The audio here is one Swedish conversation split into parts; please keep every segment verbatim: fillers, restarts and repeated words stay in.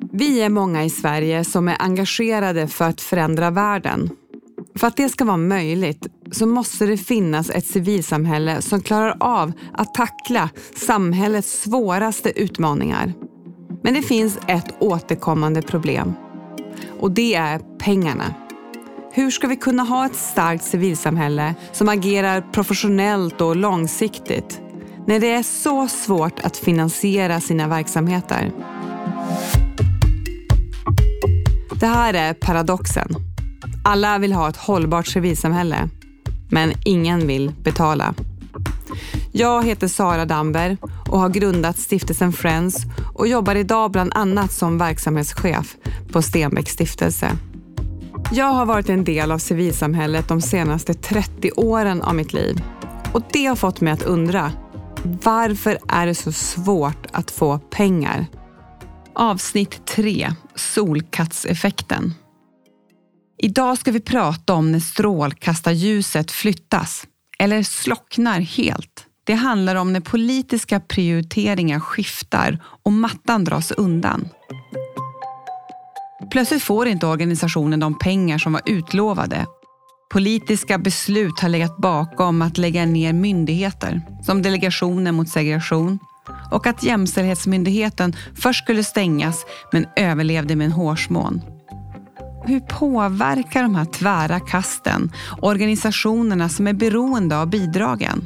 Vi är många i Sverige som är engagerade för att förändra världen. För att det ska vara möjligt så måste det finnas ett civilsamhälle som klarar av att tackla samhällets svåraste utmaningar. Men det finns ett återkommande problem. Och det är pengarna. Hur ska vi kunna ha ett starkt civilsamhälle som agerar professionellt och långsiktigt när det är så svårt att finansiera sina verksamheter? Det här är paradoxen. Alla vill ha ett hållbart civilsamhälle, men ingen vill betala. Jag heter Sara Damberg och har grundat Stiftelsen Friends och jobbar idag bland annat som verksamhetschef på Stenbecks stiftelse. Jag har varit en del av civilsamhället de senaste trettio åren av mitt liv. Och det har fått mig att undra, varför är det så svårt att få pengar? Avsnitt tre. Solkattseffekten. Idag ska vi prata om när strålkastarljuset flyttas eller slocknar helt. Det handlar om när politiska prioriteringar skiftar och mattan dras undan. Plötsligt får inte organisationen de pengar som var utlovade. Politiska beslut har legat bakom att lägga ner myndigheter, som Delegationen mot segregation, och att Jämställdhetsmyndigheten först skulle stängas men överlevde med en hårsmån. Hur påverkar de här tvära kasten organisationerna som är beroende av bidragen?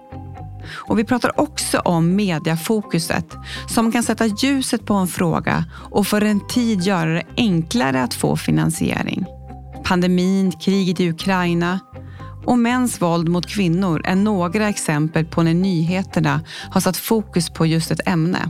Och vi pratar också om mediafokuset som kan sätta ljuset på en fråga och för en tid göra det enklare att få finansiering. Pandemin, kriget i Ukraina och mäns våld mot kvinnor är några exempel på när nyheterna har satt fokus på just ett ämne.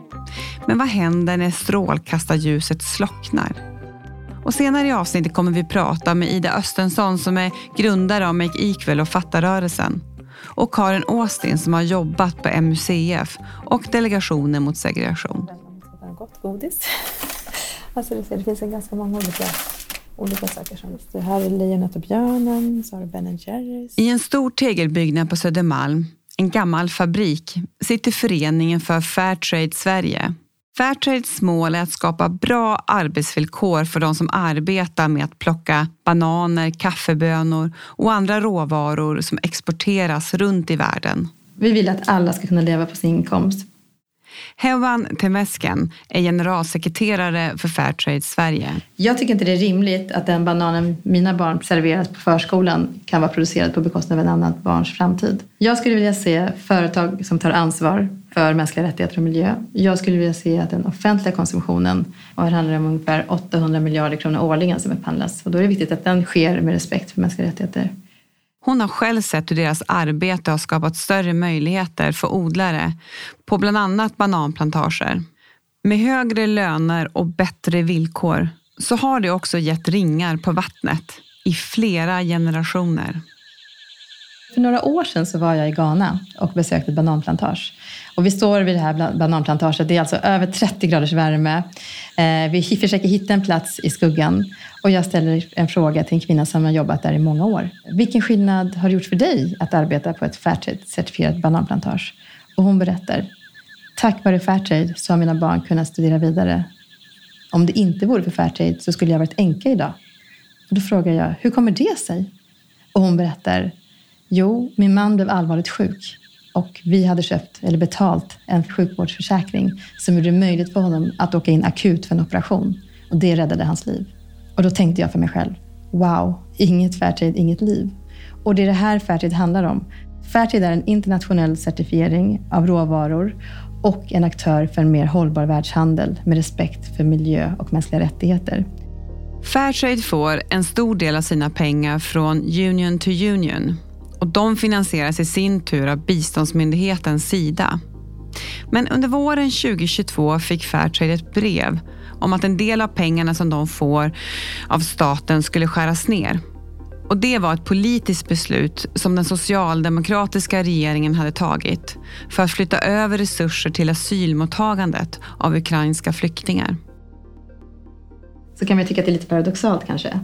Men vad händer när strålkastarljuset slocknar? Och senare i avsnittet kommer vi prata med Ida Östensson som är grundare av Make Equal och Fattarörelsen. Och Karin Åstin som har jobbat på M U C F och Delegationen mot segregation. Gott godis. Alltså det, det finns en ganska många olika, olika saker. Som det här är Lejonet och björnen, så har det Ben and Jerry's. I en stor tegelbyggnad på Södermalm, en gammal fabrik, sitter föreningen för Fairtrade Sverige. Fairtrades mål är att skapa bra arbetsvillkor för de som arbetar med att plocka bananer, kaffebönor och andra råvaror som exporteras runt i världen. Vi vill att alla ska kunna leva på sin inkomst. Hewan Temesken är generalsekreterare för Fairtrade Sverige. Jag tycker inte det är rimligt att den bananen mina barn serveras på förskolan kan vara producerad på bekostnad av en annan barns framtid. Jag skulle vilja se företag som tar ansvar för mänskliga rättigheter och miljö. Jag skulle vilja se att den offentliga konsumtionen, och här handlar det om ungefär åttahundra miljarder kronor årligen som upphandlas. Och då är det viktigt att den sker med respekt för mänskliga rättigheter. Hon har själv sett hur deras arbete har skapat större möjligheter för odlare på bland annat bananplantager. Med högre löner och bättre villkor så har det också gett ringar på vattnet i flera generationer. För några år sedan så var jag i Ghana och besökte bananplantage. Och vi står vid det här bananplantaget. Det är alltså över trettio graders värme. Vi försöker hitta en plats i skuggan. Och jag ställer en fråga till en kvinna som har jobbat där i många år. Vilken skillnad har det gjort för dig att arbeta på ett Fairtrade-certifierat bananplantage? Och hon berättar. Tack vare Fairtrade så har mina barn kunnat studera vidare. Om det inte vore för Fairtrade så skulle jag varit änka idag. Och då frågar jag, hur kommer det sig? Och hon berättar. Jo, min man blev allvarligt sjuk och vi hade köpt eller betalt en sjukvårdsförsäkring som gjorde det möjligt för honom att åka in akut för en operation. Och det räddade hans liv. Och då tänkte jag för mig själv, wow, inget Fairtrade, inget liv. Och det är det här Fairtrade handlar om. Fairtrade är en internationell certifiering av råvaror och en aktör för en mer hållbar världshandel med respekt för miljö och mänskliga rättigheter. Fairtrade får en stor del av sina pengar från Union to Union. Och de finansieras i sin tur av biståndsmyndighetens sida. Men under våren tjugohundratjugotvå fick Fairtrade ett brev om att en del av pengarna som de får av staten skulle skäras ner. Och det var ett politiskt beslut som den socialdemokratiska regeringen hade tagit för att flytta över resurser till asylmottagandet av ukrainska flyktingar. Så kan man tycka att det är lite paradoxalt kanske.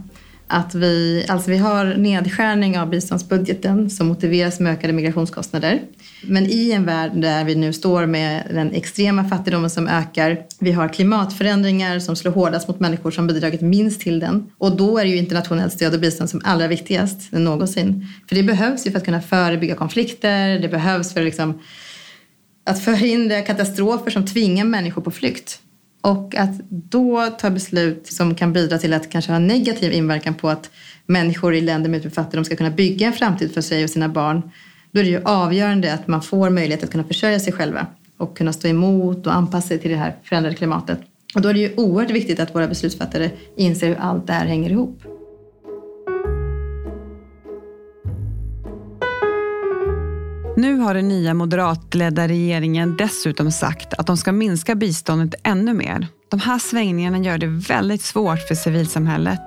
Att vi, alltså vi har nedskärning av biståndsbudgeten som motiveras med ökade migrationskostnader. Men i en värld där vi nu står med den extrema fattigdomen som ökar, vi har klimatförändringar som slår hårdast mot människor som bidragit minst till den. Och då är det ju internationellt stöd och bistånd som allra viktigast än någonsin. För det behövs ju för att kunna förebygga konflikter, det behövs för liksom att förhindra katastrofer som tvingar människor på flykt. Och att då ta beslut som kan bidra till att kanske ha negativ inverkan på att människor i länder med fattigdom ska kunna bygga en framtid för sig och sina barn. Då är det ju avgörande att man får möjlighet att kunna försörja sig själva och kunna stå emot och anpassa sig till det här förändrade klimatet. Och då är det ju oerhört viktigt att våra beslutsfattare inser hur allt det här hänger ihop. Nu har den nya moderatledda regeringen dessutom sagt att de ska minska biståndet ännu mer. De här svängningarna gör det väldigt svårt för civilsamhället.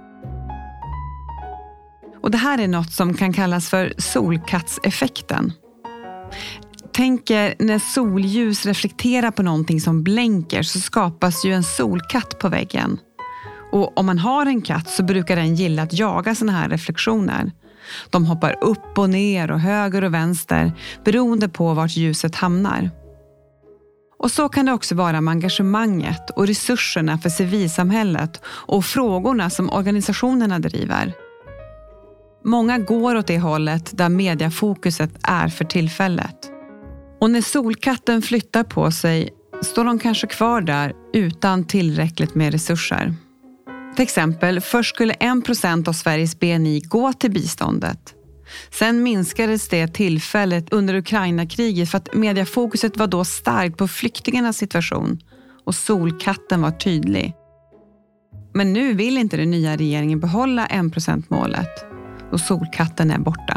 Och det här är något som kan kallas för solkattseffekten. Tänk er när solljus reflekterar på någonting som blänker så skapas ju en solkatt på väggen. Och om man har en katt så brukar den gilla att jaga såna här reflektioner. De hoppar upp och ner och höger och vänster beroende på vart ljuset hamnar. Och så kan det också vara med engagemanget och resurserna för civilsamhället och frågorna som organisationerna driver. Många går åt det hållet där mediafokuset är för tillfället. Och när solkatten flyttar på sig står de kanske kvar där utan tillräckligt med resurser. Till exempel, först skulle en procent av Sveriges B N I gå till biståndet. Sen minskades det tillfället under Ukraina-kriget för att mediafokuset var då starkt på flyktingarnas situation och solkatten var tydlig. Men nu vill inte den nya regeringen behålla en procent-målet och solkatten är borta.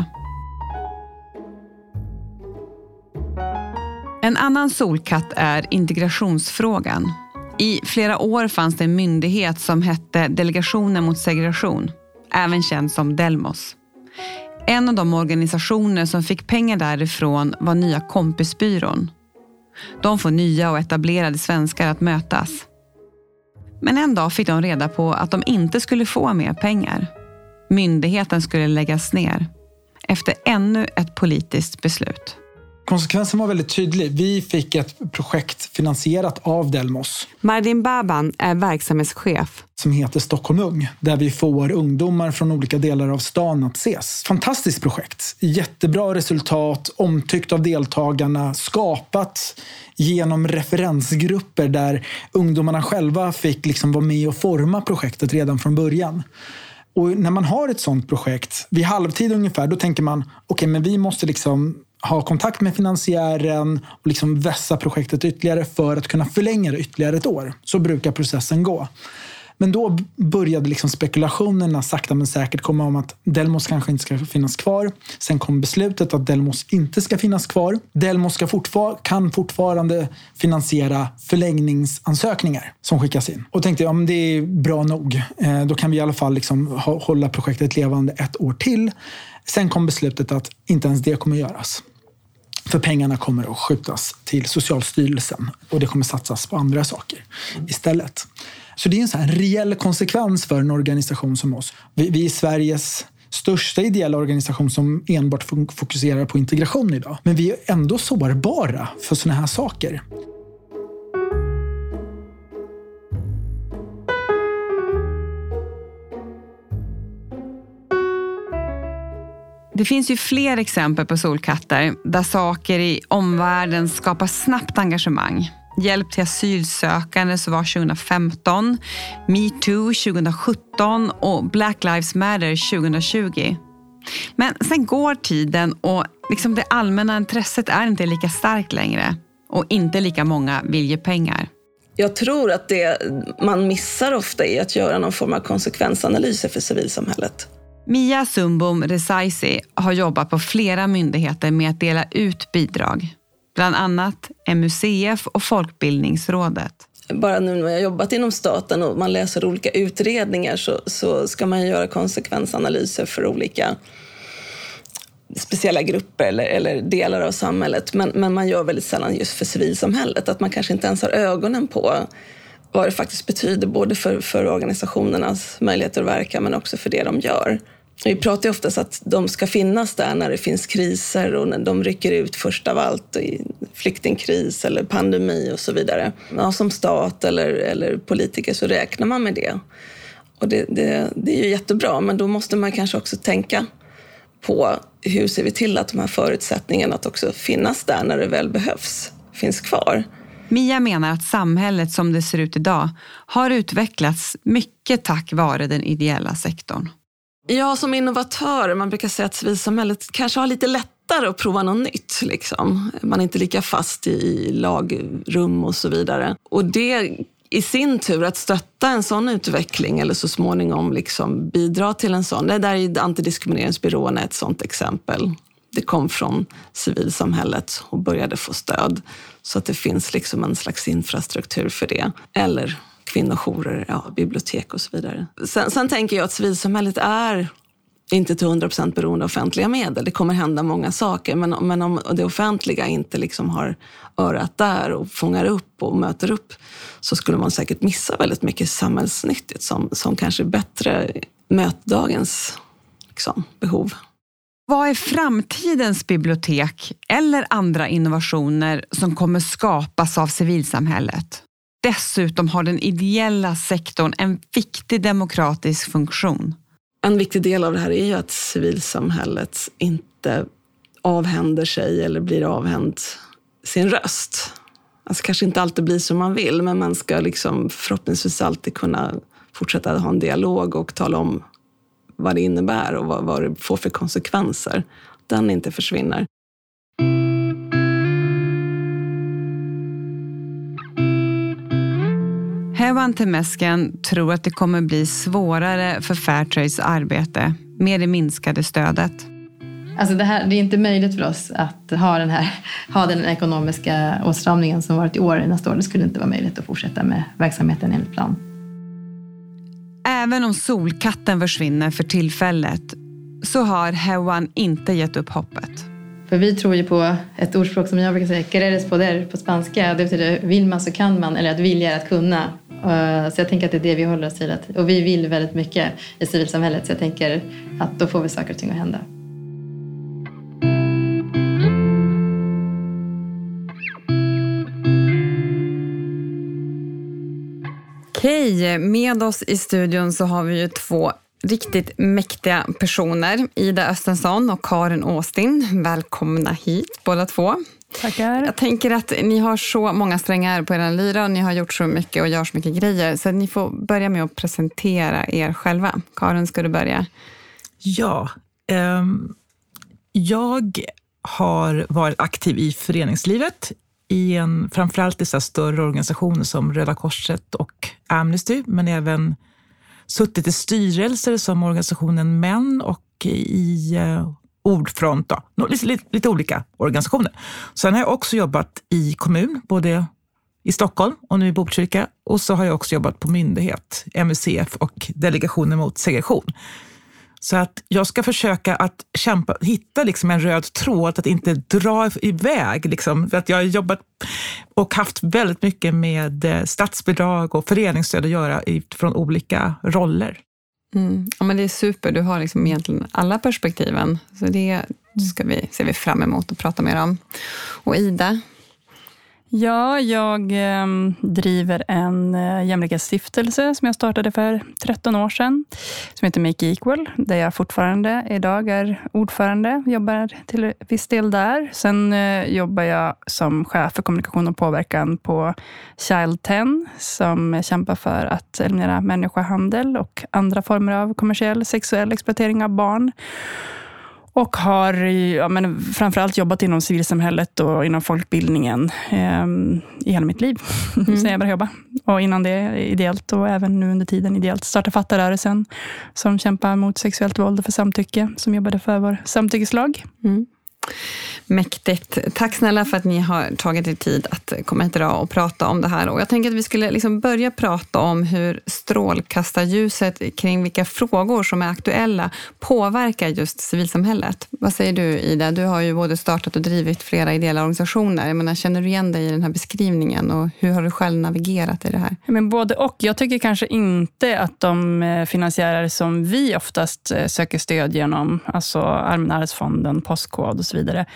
En annan solkatt är integrationsfrågan. I flera år fanns det en myndighet som hette Delegationen mot segregation, även känd som Delmos. En av de organisationer som fick pengar därifrån var Nya Kompisbyrån. De får nya och etablerade svenskar att mötas. Men en dag fick de reda på att de inte skulle få mer pengar. Myndigheten skulle läggas ner efter ännu ett politiskt beslut. Konsekvensen var väldigt tydlig. Vi fick ett projekt finansierat av Delmos. Mardin Baban är verksamhetschef. Som heter Stockholm Ung. Där vi får ungdomar från olika delar av stan att ses. Fantastiskt projekt. Jättebra resultat. Omtyckt av deltagarna. Skapat genom referensgrupper där ungdomarna själva fick liksom vara med och forma projektet redan från början. Och när man har ett sånt projekt, vid halvtid ungefär, då tänker man, okej, okay, men vi måste liksom ha kontakt med finansiären och liksom vässa projektet ytterligare för att kunna förlänga det ytterligare ett år. Så brukar processen gå. Men då började liksom spekulationerna sakta men säkert komma om att Delmos kanske inte ska finnas kvar. Sen kom beslutet att Delmos inte ska finnas kvar. Delmos ska fortfar- kan fortfarande finansiera förlängningsansökningar som skickas in. Och tänkte jag, om det är bra nog. Eh, då kan vi i alla fall liksom ha, hålla projektet levande ett år till. Sen kom beslutet att inte ens det kommer göras. För pengarna kommer att skjutas till Socialstyrelsen och det kommer satsas på andra saker istället. Så det är en sån här reell konsekvens för en organisation som oss. Vi, vi är Sveriges största ideella organisation som enbart fokuserar på integration idag. Men vi är ändå sårbara för såna här saker. Det finns ju fler exempel på solkatter där saker i omvärlden skapar snabbt engagemang. Hjälp till asylsökande så var tjugohundrafemton, MeToo tjugosjutton och Black Lives Matter tjugotjugo. Men sen går tiden och liksom det allmänna intresset är inte lika starkt längre och inte lika många vill ge pengar. Jag tror att det man missar ofta är att göra någon form av konsekvensanalyser för civilsamhället. Mia Sumbom Resaisi har jobbat på flera myndigheter med att dela ut bidrag. Bland annat M U C F och Folkbildningsrådet. Bara nu när jag har jobbat inom staten och man läser olika utredningar så, så ska man göra konsekvensanalyser för olika speciella grupper eller, eller delar av samhället. Men, men man gör väldigt sällan just för civilsamhället. Att man kanske inte ens har ögonen på vad det faktiskt betyder både för, för organisationernas möjligheter att verka men också för det de gör. Vi pratar ju oftast att de ska finnas där när det finns kriser och när de rycker ut först av allt i flyktingkris eller pandemi och så vidare. Ja, som stat eller, eller politiker så räknar man med det. Och det, det, det är ju jättebra, men då måste man kanske också tänka på hur ser vi till att de här förutsättningarna att också finnas där när det väl behövs finns kvar. Mia menar att samhället som det ser ut idag har utvecklats mycket tack vare den ideella sektorn. Ja, som innovatör, man brukar säga att civilsamhället kanske har lite lättare att prova något nytt. Liksom. Man är inte lika fast i lagrum och så vidare. Och det i sin tur att stötta en sån utveckling eller så småningom liksom bidra till en sån. Det där är Antidiskrimineringsbyrån ett sånt exempel. Det kom från civilsamhället och började få stöd så att det finns liksom en slags infrastruktur för det. Eller kvinnojourer, ja, bibliotek och så vidare. Sen, sen tänker jag att civilsamhället är inte till hundra procent beroende av offentliga medel. Det kommer hända många saker, men, men om det offentliga inte liksom har örat där och fångar upp och möter upp så skulle man säkert missa väldigt mycket samhällsnyttigt som, som kanske bättre möter dagens liksom, behov. Vad är framtidens bibliotek eller andra innovationer som kommer skapas av civilsamhället? Dessutom har den ideella sektorn en viktig demokratisk funktion. En viktig del av det här är ju att civilsamhället inte avhänder sig eller blir avhänd sin röst. Alltså kanske inte alltid blir som man vill, men man ska liksom förhoppningsvis alltid kunna fortsätta ha en dialog och tala om vad det innebär och vad, vad det får för konsekvenser. Den inte försvinner. Hewan Temesgen tror att det kommer bli svårare för Fairtrades arbete med det minskade stödet. Alltså det, här, det är inte möjligt för oss att ha den här ha den ekonomiska åtstramningen som varit i år nästa år. Det skulle inte vara möjligt att fortsätta med verksamheten enligt plan. Även om solkatten försvinner för tillfället så har Hewan inte gett upp hoppet. För vi tror ju på ett ordspråk som jag brukar säga, querer poder på spanska. Det betyder vill man så kan man, eller att vilja är att kunna. Så jag tänker att det är det vi håller oss till. Och vi vill väldigt mycket i civilsamhället, så jag tänker att då får vi saker och ting att hända. Okej, med oss i studion så har vi ju två riktigt mäktiga personer. Ida Östensson och Karin Åstin. Välkomna hit båda två. Tackar. Jag tänker att ni har så många strängar på er lyra och ni har gjort så mycket och gör så mycket grejer. Så ni får börja med att presentera er själva. Karin, ska du börja? Ja, eh, jag har varit aktiv i föreningslivet i en, framförallt dessa större organisationer som Röda Korset och Amnesty, men även suttit i styrelser som organisationen Män och i eh, Ordfront, då. Lite, lite, lite olika organisationer. Sen har jag också jobbat i kommun, både i Stockholm och nu i Botkyrka, och så har jag också jobbat på myndighet, M U C F och Delegationen mot segregation. Så att jag ska försöka att kämpa, hitta liksom en röd tråd, att inte dra iväg. Liksom, för att jag har jobbat och haft väldigt mycket med statsbidrag och föreningsstöd att göra från olika roller. Mm. Ja, men det är super, du har liksom egentligen alla perspektiven. Så det ska vi, ser vi fram emot att prata mer om. Och Ida? Ja, jag eh, driver en eh, jämlikhetsstiftelse som jag startade för tretton år sedan. Som heter Make Equal, där jag fortfarande idag är ordförande. Jobbar till viss del där. Sen eh, jobbar jag som chef för kommunikation och påverkan på Child tio. Som kämpar för att eliminera människohandel och andra former av kommersiell sexuell exploatering av barn. Och har ja, men framförallt jobbat inom civilsamhället och inom folkbildningen eh, i hela mitt liv. Mm. Sen jag började jobba. Och innan det ideellt och även nu under tiden ideellt. Startade Fattarrörelsen som kämpar mot sexuellt våld och för samtycke. Som jobbade för vår samtyckeslag. Mm. Mäktigt. Tack snälla för att ni har tagit er tid att komma hit idag och prata om det här. Och jag tänker att vi skulle liksom börja prata om hur strålkastarljuset kring vilka frågor som är aktuella påverkar just civilsamhället. Vad säger du, Ida? Du har ju både startat och drivit flera ideella organisationer. Jag menar, känner du igen dig i den här beskrivningen och hur har du själv navigerat i det här? Men både och. Jag tycker kanske inte att de finansiärer som vi oftast söker stöd genom, alltså Allmänna arvsfonden, Postkod och så vidare,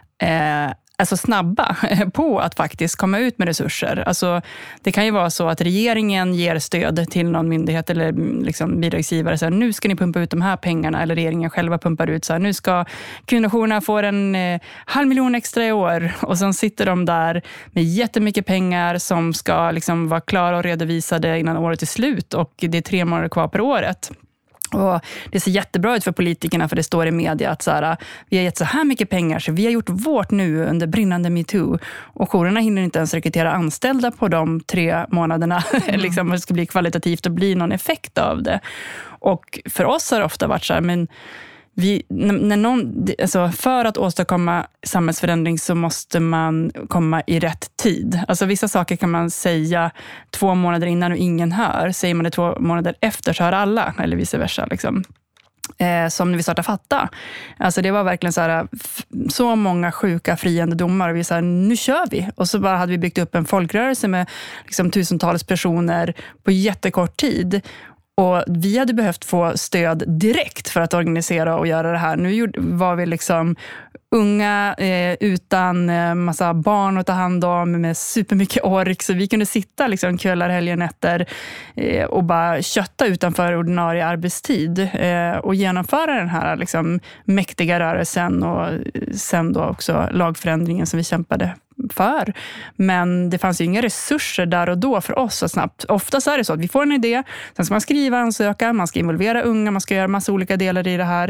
Eh, alltså snabba på att faktiskt komma ut med resurser. Alltså, det kan ju vara så att regeringen ger stöd till någon myndighet eller liksom bidragsgivare. Så här, nu ska ni pumpa ut de här pengarna. Eller regeringen själva pumpar ut. Så här, nu ska kvinnojourerna få en eh, halv miljon extra i år. Och sen sitter de där med jättemycket pengar som ska liksom vara klara och redovisade innan året är slut. Och det är tre månader kvar per året. Och det ser jättebra ut för politikerna, för det står i media att så här, vi har gett så här mycket pengar så vi har gjort vårt nu under brinnande MeToo. Och jourerna hinner inte ens rekrytera anställda på de tre månaderna. Mm. liksom, det ska bli kvalitativt och bli någon effekt av det. Och för oss har det ofta varit så här, men vi, när någon, alltså för att åstadkomma samhällsförändring så måste man komma i rätt tid. Alltså vissa saker kan man säga två månader innan och ingen hör. Säger man det två månader efter så hör alla, eller vice versa liksom. Eh, som när vi startade Fatta. Alltså det var verkligen så här, så många sjuka friande domar och vi sa nu kör vi. Och så bara hade vi byggt upp en folkrörelse med liksom tusentals personer på jättekort tid. Och vi hade behövt få stöd direkt för att organisera och göra det här. Nu var vi liksom unga eh, utan eh, massa barn att ta hand om med supermycket ork. Så vi kunde sitta liksom kvällar, helger, nätter eh, och bara kötta utanför ordinarie arbetstid. Eh, och genomföra den här liksom mäktiga rörelsen och sen då också lagförändringen som vi kämpade för. Men det fanns ju inga resurser där och då för oss så snabbt. Oftast är det så att vi får en idé, sen ska man skriva, ansöka, man ska involvera unga, man ska göra massa olika delar i det här.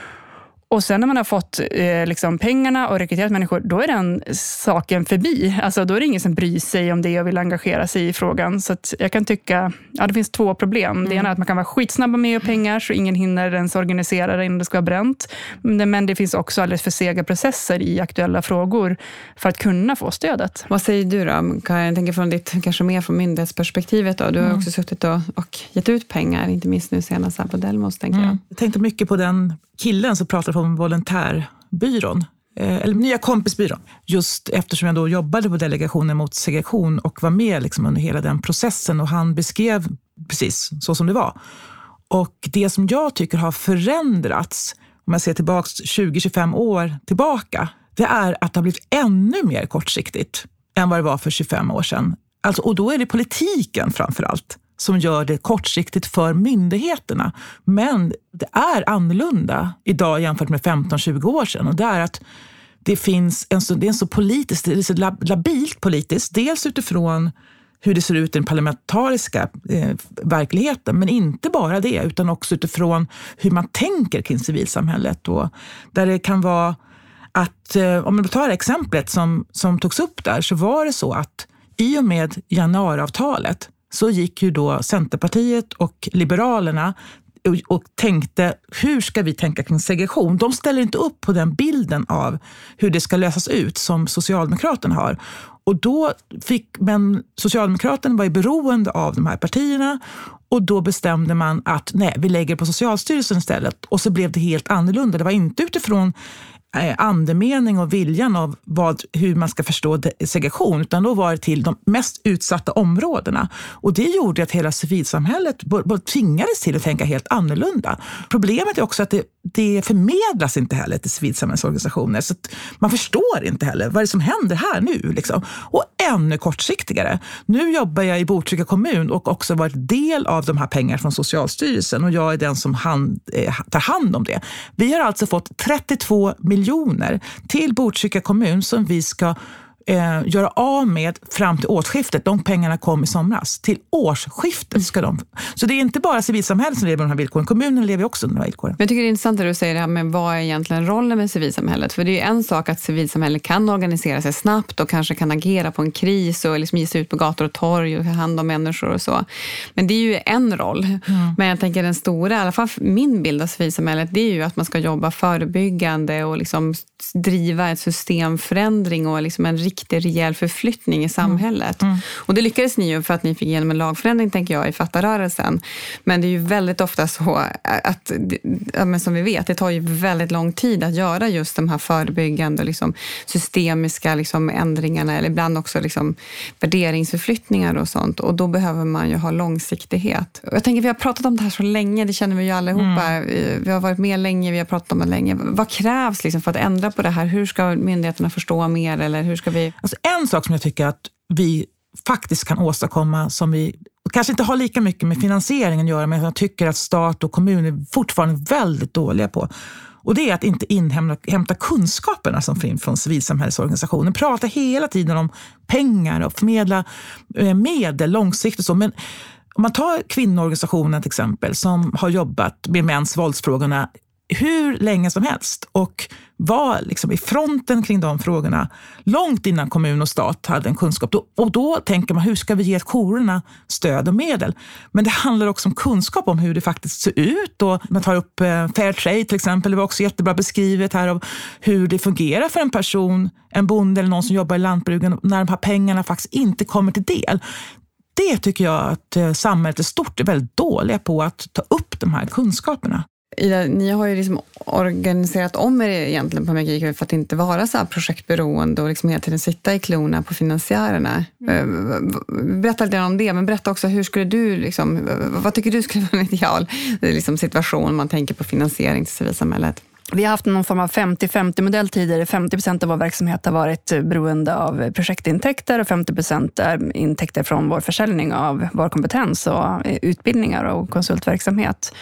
Och sen när man har fått eh, liksom pengarna och rekryterat människor, då är den saken förbi. Alltså då är det ingen som bryr sig om det och vill engagera sig i frågan. Så att jag kan tycka, ja det finns två problem. Mm. Det ena är att man kan vara skitsnabba med pengar så ingen hinner ens organisera det innan det ska vara bränt. Men det finns också alldeles för sega processer i aktuella frågor för att kunna få stödet. Vad säger du då? Karin, jag tänker från ditt, kanske mer från myndighetsperspektivet då. Du har mm. också suttit och, och gett ut pengar, inte minst nu senast här på Delmos, tänker mm. jag. Jag tänkte mycket på den killen som pratade om volontärbyrån, eller nya kompisbyrån. Just eftersom jag då jobbade på delegationen mot segregation och var med liksom under hela den processen och han beskrev precis så som det var. Och det som jag tycker har förändrats, om jag ser tillbaka tjugo till tjugofem år tillbaka, det är att det har blivit ännu mer kortsiktigt än vad det var för tjugofem år sedan. Alltså, och då är det politiken framförallt som gör det kortsiktigt för myndigheterna. Men det är annorlunda idag jämfört med femton till tjugo år sedan. Och det är att det finns en så, det är en så politiskt, det är så labilt politiskt. Dels utifrån hur det ser ut i den parlamentariska eh, verkligheten. Men inte bara det, utan också utifrån hur man tänker kring civilsamhället. Och där det kan vara att, eh, om man tar exemplet som, som togs upp där, så var det så att i och med januariavtalet så gick ju då Centerpartiet och Liberalerna och, och tänkte, hur ska vi tänka kring segregation? De ställer inte upp på den bilden av hur det ska lösas ut som Socialdemokraterna har. Och då fick, men Socialdemokraterna var ju beroende av de här partierna och då bestämde man att nej, vi lägger på Socialstyrelsen istället. Och så blev det helt annorlunda. Det var inte utifrån andemening och viljan av vad, hur man ska förstå segregation, utan då var det till de mest utsatta områdena. Och det gjorde att hela civilsamhället tvingades till att tänka helt annorlunda. Problemet är också att det, det förmedlas inte heller till civilsamhällsorganisationer, så att man förstår inte heller vad det är som händer här nu. Liksom. Och ännu kortsiktigare. Nu jobbar jag i Botkyrka kommun och också varit del av de här pengarna från Socialstyrelsen och jag är den som hand, eh, tar hand om det. Vi har alltså fått trettiotvå miljoner till Botkyrka kommun som vi ska eh, göra av med fram till årsskiftet. De pengarna kom i somras. Till årsskiftet ska de. Så det är inte bara civilsamhället som lever med de här villkoren. Kommunen lever också med de här villkoren. Men jag tycker det är intressant att du säger det här med vad är egentligen rollen med civilsamhället. För det är ju en sak att civilsamhället kan organisera sig snabbt och kanske kan agera på en kris och liksom ge sig ut på gator och torg och ta hand om människor och så. Men det är ju en roll. Mm. Men jag tänker den stora, i alla fall min bild av civilsamhället, det är ju att man ska jobba förebyggande och liksom driva en systemförändring och liksom en riktig rejäl förflyttning i samhället. Mm. Mm. Och det lyckades ni ju för att ni fick igenom en lagförändring, tänker jag, i fattarörelsen. Men det är ju väldigt ofta så att, ja, men som vi vet, det tar ju väldigt lång tid att göra just de här förebyggande liksom, systemiska liksom, ändringarna eller ibland också liksom, värderingsförflyttningar och sånt. Och då behöver man ju ha långsiktighet. Och jag tänker, vi har pratat om det här så länge, det känner vi ju allihopa. Mm. Vi har varit med länge, vi har pratat om det länge. Vad krävs liksom, för att ändra på det här? Hur ska myndigheterna förstå mer? Eller hur ska vi... Alltså, en sak som jag tycker att vi faktiskt kan åstadkomma som vi kanske inte har lika mycket med finansieringen att göra, men jag tycker att stat och kommun är fortfarande väldigt dåliga på. Och det är att inte inhämta kunskaperna som finns från civilsamhällsorganisationer. Prata hela tiden om pengar och förmedla medel långsiktigt och så. Men om man tar kvinnoorganisationen till exempel som har jobbat med mäns våldsfrågorna hur länge som helst och var liksom i fronten kring de frågorna långt innan kommun och stat hade en kunskap. Och då tänker man, hur ska vi ge jourerna stöd och medel? Men det handlar också om kunskap om hur det faktiskt ser ut. Och man tar upp fair trade till exempel. Det var också jättebra beskrivet här av hur det fungerar för en person, en bonde eller någon som jobbar i lantbruken när de här pengarna faktiskt inte kommer till del. Det tycker jag att samhället är stort är väldigt dåliga på att ta upp de här kunskaperna. Ida, ni har ju liksom organiserat om er egentligen på McGeequel för att inte vara så här projektberoende och liksom hela tiden sitta i klorna på finansiärerna. Mm. Berätta lite om det, men berätta också hur skulle du liksom, vad tycker du skulle vara en ideal liksom, situation om man tänker på finansiering till civilsamhället? Vi har haft någon form av femtio femtio-modell tidigare. femtio procent av vår verksamhet har varit beroende av projektintäkter och femtio procent är intäkter från vår försäljning av vår kompetens och utbildningar och konsultverksamhet.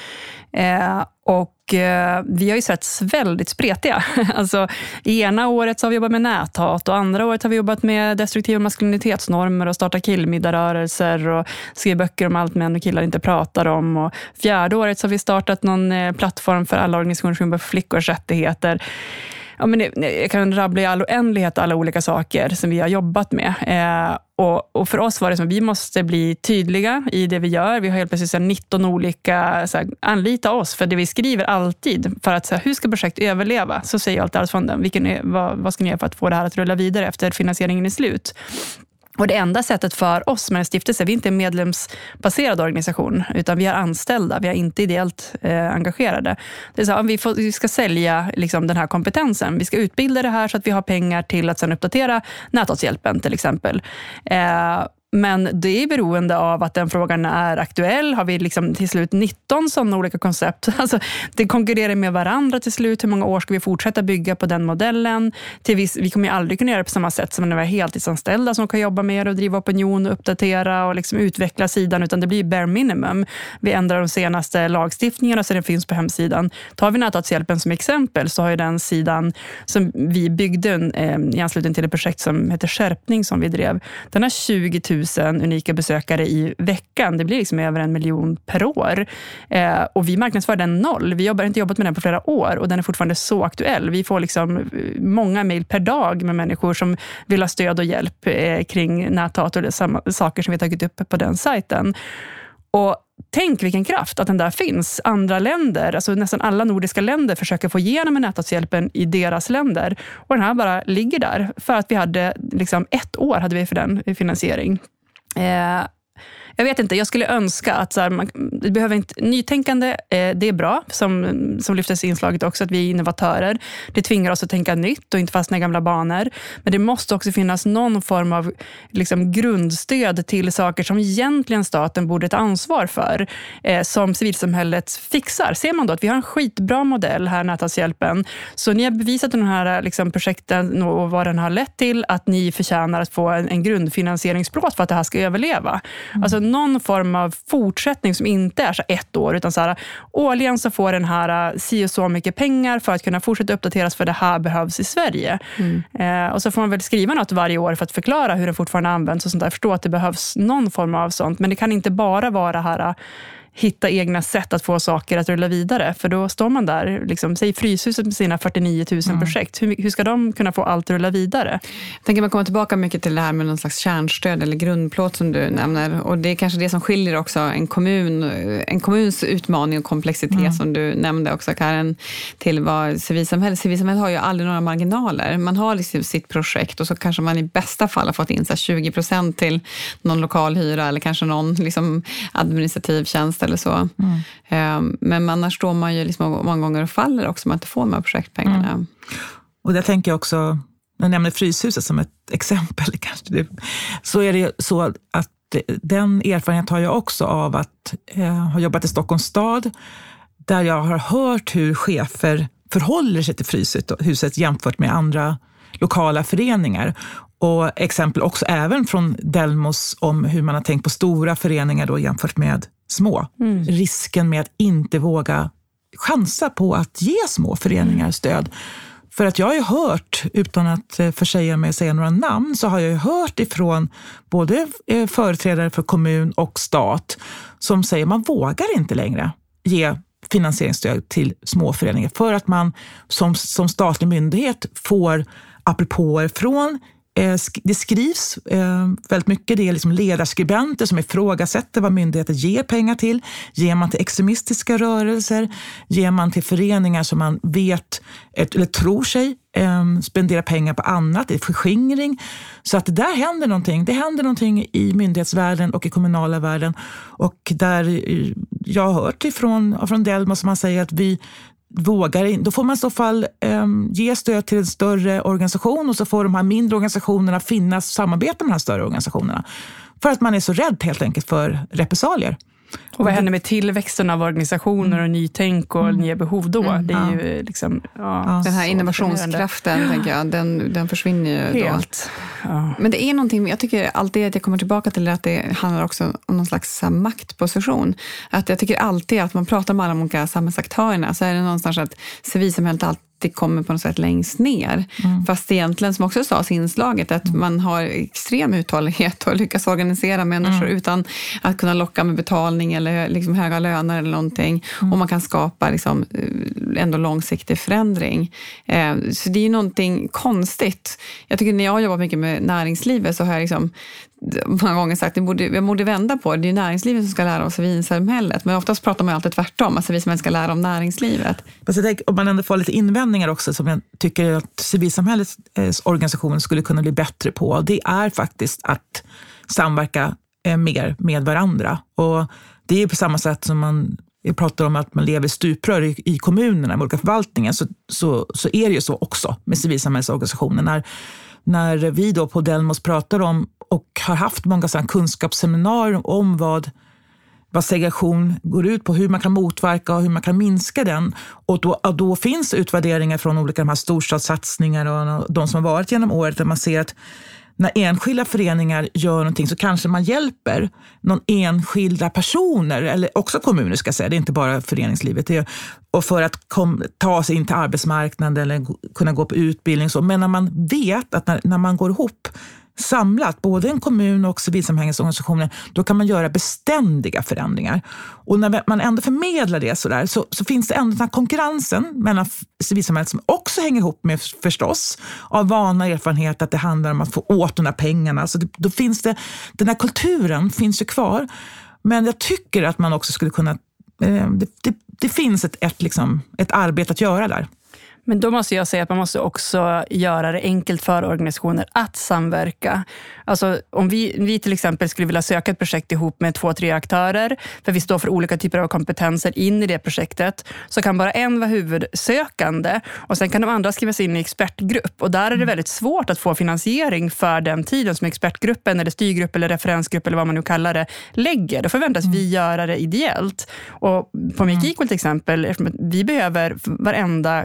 Eh, och eh, vi har ju sett väldigt spretiga. Alltså, i ena året så har vi jobbat med näthat och andra året har vi jobbat med destruktiva maskulinitetsnormer och starta killmiddarörelser och skriva böcker om allt män och killar inte pratar om. Och fjärde året så har vi startat någon eh, plattform för alla organisationer som jobbar för flickors rättigheter. Ja, men det, jag kan rabbla i all oändlighet alla olika saker som vi har jobbat med. Eh, och, och för oss var det som att vi måste bli tydliga i det vi gör. Vi har helt plötsligt nitton olika, så här, anlita oss för det vi skriver alltid. För att så här, hur ska projekt överleva? Så säger jag alltid Arvsfonden. Vilken är, vad, vad ska ni göra för att få det här att rulla vidare efter finansieringen är slut? Och det enda sättet för oss med en stiftelse, vi är inte en medlemsbaserad organisation utan vi är anställda, vi är inte ideellt eh, engagerade. Det är så, vi, får, vi ska sälja liksom, den här kompetensen, vi ska utbilda det här så att vi har pengar till att sedan uppdatera näthatshjälpen till exempel. Eh, Men det är beroende av att den frågan är aktuell. Har vi liksom till slut nitton sådana olika koncept? Alltså, det konkurrerar med varandra till slut. Hur många år ska vi fortsätta bygga på den modellen? Till vi, vi kommer ju aldrig kunna göra det på samma sätt som när vi är heltidsanställda som kan jobba med och driva opinion och uppdatera och liksom utveckla sidan. Utan det blir bare minimum. Vi ändrar de senaste lagstiftningarna så det finns på hemsidan. Tar vi näthatshjälpen som exempel så har ju den sidan som vi byggde eh, i anslutning till ett projekt som heter Skärpning som vi drev. Den har tjugo tusen unika besökare i veckan. Det blir liksom över en miljon per år. Eh, och vi marknadsför den noll. Vi har inte jobbat med den på flera år och den är fortfarande så aktuell. Vi får liksom många mejl per dag med människor som vill ha stöd och hjälp eh, kring näthat och samma saker som vi tagit upp på den sajten. Och tänk vilken kraft att den där finns. Andra länder, alltså nästan alla nordiska länder försöker få igenom näthatshjälpen i deras länder. Och den här bara ligger där för att vi hade liksom ett år hade vi för den finansiering. Eh, jag vet inte, jag skulle önska att så här, man, det behöver inte, nytänkande, eh, det är bra som, som lyftes i inslaget också, att vi är innovatörer. Det tvingar oss att tänka nytt och inte fastna i gamla banor. Men det måste också finnas någon form av liksom, grundstöd till saker som egentligen staten borde ta ansvar för. Eh, som civilsamhället fixar. Ser man då att vi har en skitbra modell här, Näthatshjälpen. Så ni har bevisat den här liksom, projekten och vad den har lett till att ni förtjänar att få en, en grundfinansieringsplåt för att det här ska överleva. Mm. Alltså någon form av fortsättning som inte är så ett år, utan så här, årligen så får den här si och så mycket pengar för att kunna fortsätta uppdateras, för det här behövs i Sverige. Mm. Eh, och så får man väl skriva något varje år för att förklara hur den fortfarande används och sånt där. Förstå att det behövs någon form av sånt, men det kan inte bara vara här hitta egna sätt att få saker att rulla vidare. För då står man där, liksom, säg Fryshuset med sina fyrtionio tusen mm. projekt. Hur, hur ska de kunna få allt att rulla vidare? Jag tänker man kommer tillbaka mycket till det här med någon slags kärnstöd eller grundplåt som du nämner. Och det är kanske det som skiljer också en kommun, en kommuns utmaning och komplexitet mm. som du nämnde också, Karin, till vad civilsamhället. Civilsamhället har ju aldrig några marginaler. Man har liksom sitt projekt och så kanske man i bästa fall har fått in så tjugo procent till någon lokal hyra eller kanske någon liksom administrativ tjänst eller så. Mm. Men annars står man ju liksom många gånger och faller också om man inte får de här projektpengarna. Mm. Och där tänker jag också, jag nämner Fryshuset som ett exempel kanske, det, så är det så att den erfarenhet har jag också av att eh, ha jobbat i Stockholms stad, där jag har hört hur chefer förhåller sig till Fryshuset jämfört med andra lokala föreningar. Och exempel också även från Delmos om hur man har tänkt på stora föreningar då jämfört med små. Mm. Risken med att inte våga chansa på att ge små föreningar stöd. För att jag har ju hört, utan att försäga mig och säga några namn, så har jag ju hört ifrån både företrädare för kommun och stat som säger att man vågar inte längre ge finansieringsstöd till små föreningar för att man som, som statlig myndighet får apropåer från. Det skrivs väldigt mycket, det är liksom ledarskribenter som ifrågasätter vad myndigheter ger pengar till. Ger man till extremistiska rörelser, ger man till föreningar som man vet eller tror sig spendera pengar på annat, det är förskingring. Så att det där händer någonting. Det händer någonting i myndighetsvärlden och i kommunala världen. Och där jag har hört ifrån från Delmos som man säger att vi vågar in, då får man i så fall um, ge stöd till en större organisation och så får de här mindre organisationerna finnas och samarbeta med de här större organisationerna. För att man är så rädd helt enkelt för repressalier. Och vad händer med tillväxten av organisationer och nytänk och mm. nya behov då? Mm. Det är ju liksom, ja, den här innovationskraften, tänker jag, den, den försvinner ju helt. Då. Ja. Men det är någonting, jag tycker alltid att jag kommer tillbaka till det, att det handlar också om någon slags maktposition. Att jag tycker alltid att man pratar med alla de olika samhällsaktörerna, så är det någonstans att civilsamhället alltid det kommer på något sätt längst ner. Mm. Fast egentligen, som också sades i inslaget, att mm. man har extrem uthållighet och lyckas organisera människor mm. utan att kunna locka med betalning eller liksom höga löner eller någonting. Mm. Och man kan skapa liksom ändå långsiktig förändring. Eh, så det är ju någonting konstigt. Jag tycker när jag har jobbat mycket med näringslivet så har jag liksom många gånger sagt att jag borde, jag borde vända på det. Det är näringslivet som ska lära om civilsamhället. Men oftast pratar man alltid tvärtom, att civilsamhället ska lära om näringslivet. Fast jag tänker, om man ändå får lite invändningar också som jag tycker att civilsamhällets organisation skulle kunna bli bättre på. Det är faktiskt att samverka mer med varandra. Och det är på samma sätt som man pratar om att man lever stuprör i, i kommunerna, med olika förvaltningar, så, så, så är det ju så också med civilsamhällsorganisationen. När, när vi då på Delmos pratar om och har haft många sådana kunskapsseminarier om vad, vad segregation går ut på, hur man kan motverka och hur man kan minska den. Och då, och då finns utvärderingar från olika de här storstadssatsningar och de som har varit genom året, där man ser att när enskilda föreningar gör någonting så kanske man hjälper någon enskilda personer, eller också kommuner ska jag säga, det är inte bara föreningslivet, det är, och för att kom, ta sig in till arbetsmarknaden eller kunna gå på utbildning. Så. Men när man vet att när, när man går ihop samlat, både en kommun och civilsamhällesorganisationer, då kan man göra beständiga förändringar. Och när man ändå förmedlar det så där, så, så finns det ändå den här konkurrensen mellan civilsamhället som också hänger ihop med, förstås, av vana erfarenhet att det handlar om att få åt de här pengarna. Så det, då finns det, den här kulturen finns ju kvar. Men jag tycker att man också skulle kunna, eh, det, det, det finns ett, ett, liksom, ett arbete att göra där. Men då måste jag säga att man måste också göra det enkelt för organisationer att samverka. Alltså om vi, vi till exempel skulle vilja söka ett projekt ihop med två, tre aktörer, för vi står för olika typer av kompetenser in i det projektet, så kan bara en vara huvudsökande och sen kan de andra skrivas in i expertgrupp. Och där är det väldigt svårt att få finansiering för den tiden som expertgruppen eller styrgrupp eller referensgrupp eller vad man nu kallar det lägger. Då förväntas mm. vi göra det ideellt. Och på Make Equal till exempel, vi behöver varenda krona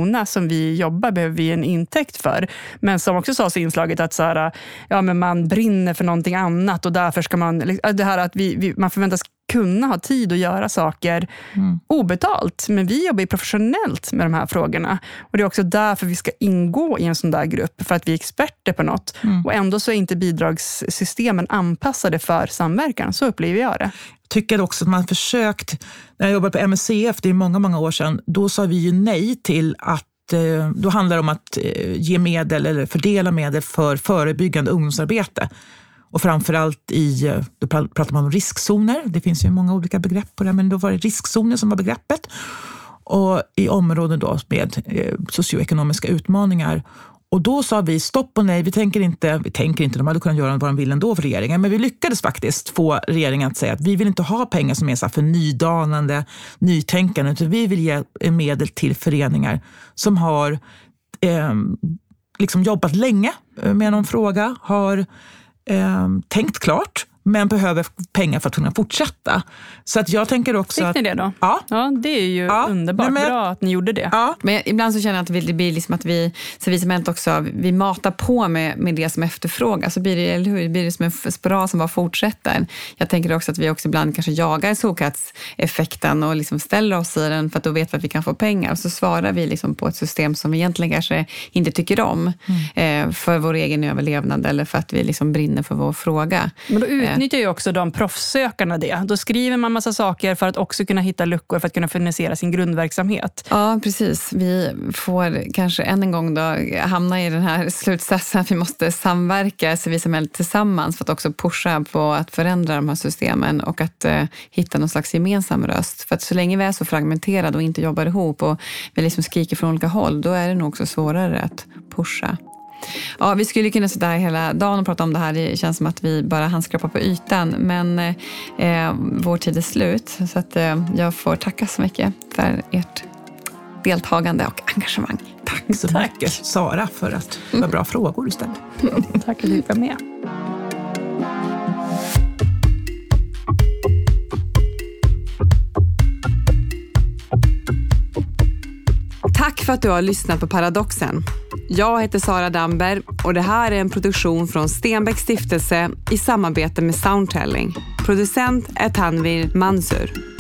krona som vi jobbar behöver vi en intäkt för. Men som också sades i inslaget att så här, ja, men man brinner för någonting annat och därför ska man, det här att vi, vi, man förväntas kunna ha tid att göra saker mm. obetalt. Men vi jobbar ju professionellt med de här frågorna. Och det är också därför vi ska ingå i en sån där grupp. För att vi är experter på något. Mm. Och ändå så är inte bidragssystemen anpassade för samverkan. Så upplever jag det. Jag tycker också att man försökt, när jag jobbade på M S C F, det är många, många år sedan, då sa vi ju nej till att då handlar det om att ge medel eller fördela medel för förebyggande ungdomsarbete. Och framförallt i, då pratar man om riskzoner. Det finns ju många olika begrepp på det, men då var det riskzoner som var begreppet. Och i områden då med socioekonomiska utmaningar. Och då sa vi stopp och nej, vi tänker inte, vi tänker inte, de hade kunnat göra vad de vill ändå för regeringen. Men vi lyckades faktiskt få regeringen att säga att vi vill inte ha pengar som är så för nydanande, nytänkande. Utan vi vill ge medel till föreningar som har eh, liksom jobbat länge med någon fråga, har Eh, tänkt klart, men behöver pengar för att kunna fortsätta. Så att jag tänker också Fick ni det då? Ja. Ja, det är ju ja. underbart. Nej, men, bra att ni gjorde det. Ja. Men ibland så känner jag att det blir liksom att vi civilsamhället också, vi matar på med, med det som efterfrågas. Så blir det, eller hur? Det blir det som en spiral som bara fortsätter. Jag tänker också att vi också ibland kanske jagar Solcats-effekten och liksom ställer oss i den för att då vet vi att vi kan få pengar. Och så svarar vi liksom på ett system som vi egentligen kanske inte tycker om mm. eh, för vår egen överlevnad eller för att vi liksom brinner för vår fråga. Men då utnyttjar ju också de proffssökarna det. Då skriver man massa saker för att också kunna hitta luckor för att kunna finansiera sin grundverksamhet. Ja, precis. Vi får kanske än en gång då hamna i den här slutsatsen att vi måste samverka civilsamhället tillsammans för att också pusha på att förändra de här systemen och att eh, hitta någon slags gemensam röst. För att så länge vi är så fragmenterade och inte jobbar ihop och vi liksom skriker från olika håll, då är det nog också svårare att pusha. Ja, vi skulle kunna sitta här hela dagen och prata om det här. Det känns som att vi bara handskrapar på ytan. Men eh, vår tid är slut. Så att, eh, jag får tacka så mycket för ert deltagande och engagemang. Tack så Tack. mycket, Sara, för att det var bra frågor istället. Tack för att du var med. Tack för att du har lyssnat på Paradoxen. Jag heter Sara Damberg och det här är en produktion från Stenbecks stiftelse i samarbete med Soundtelling. Producent är Tanvir Mansur.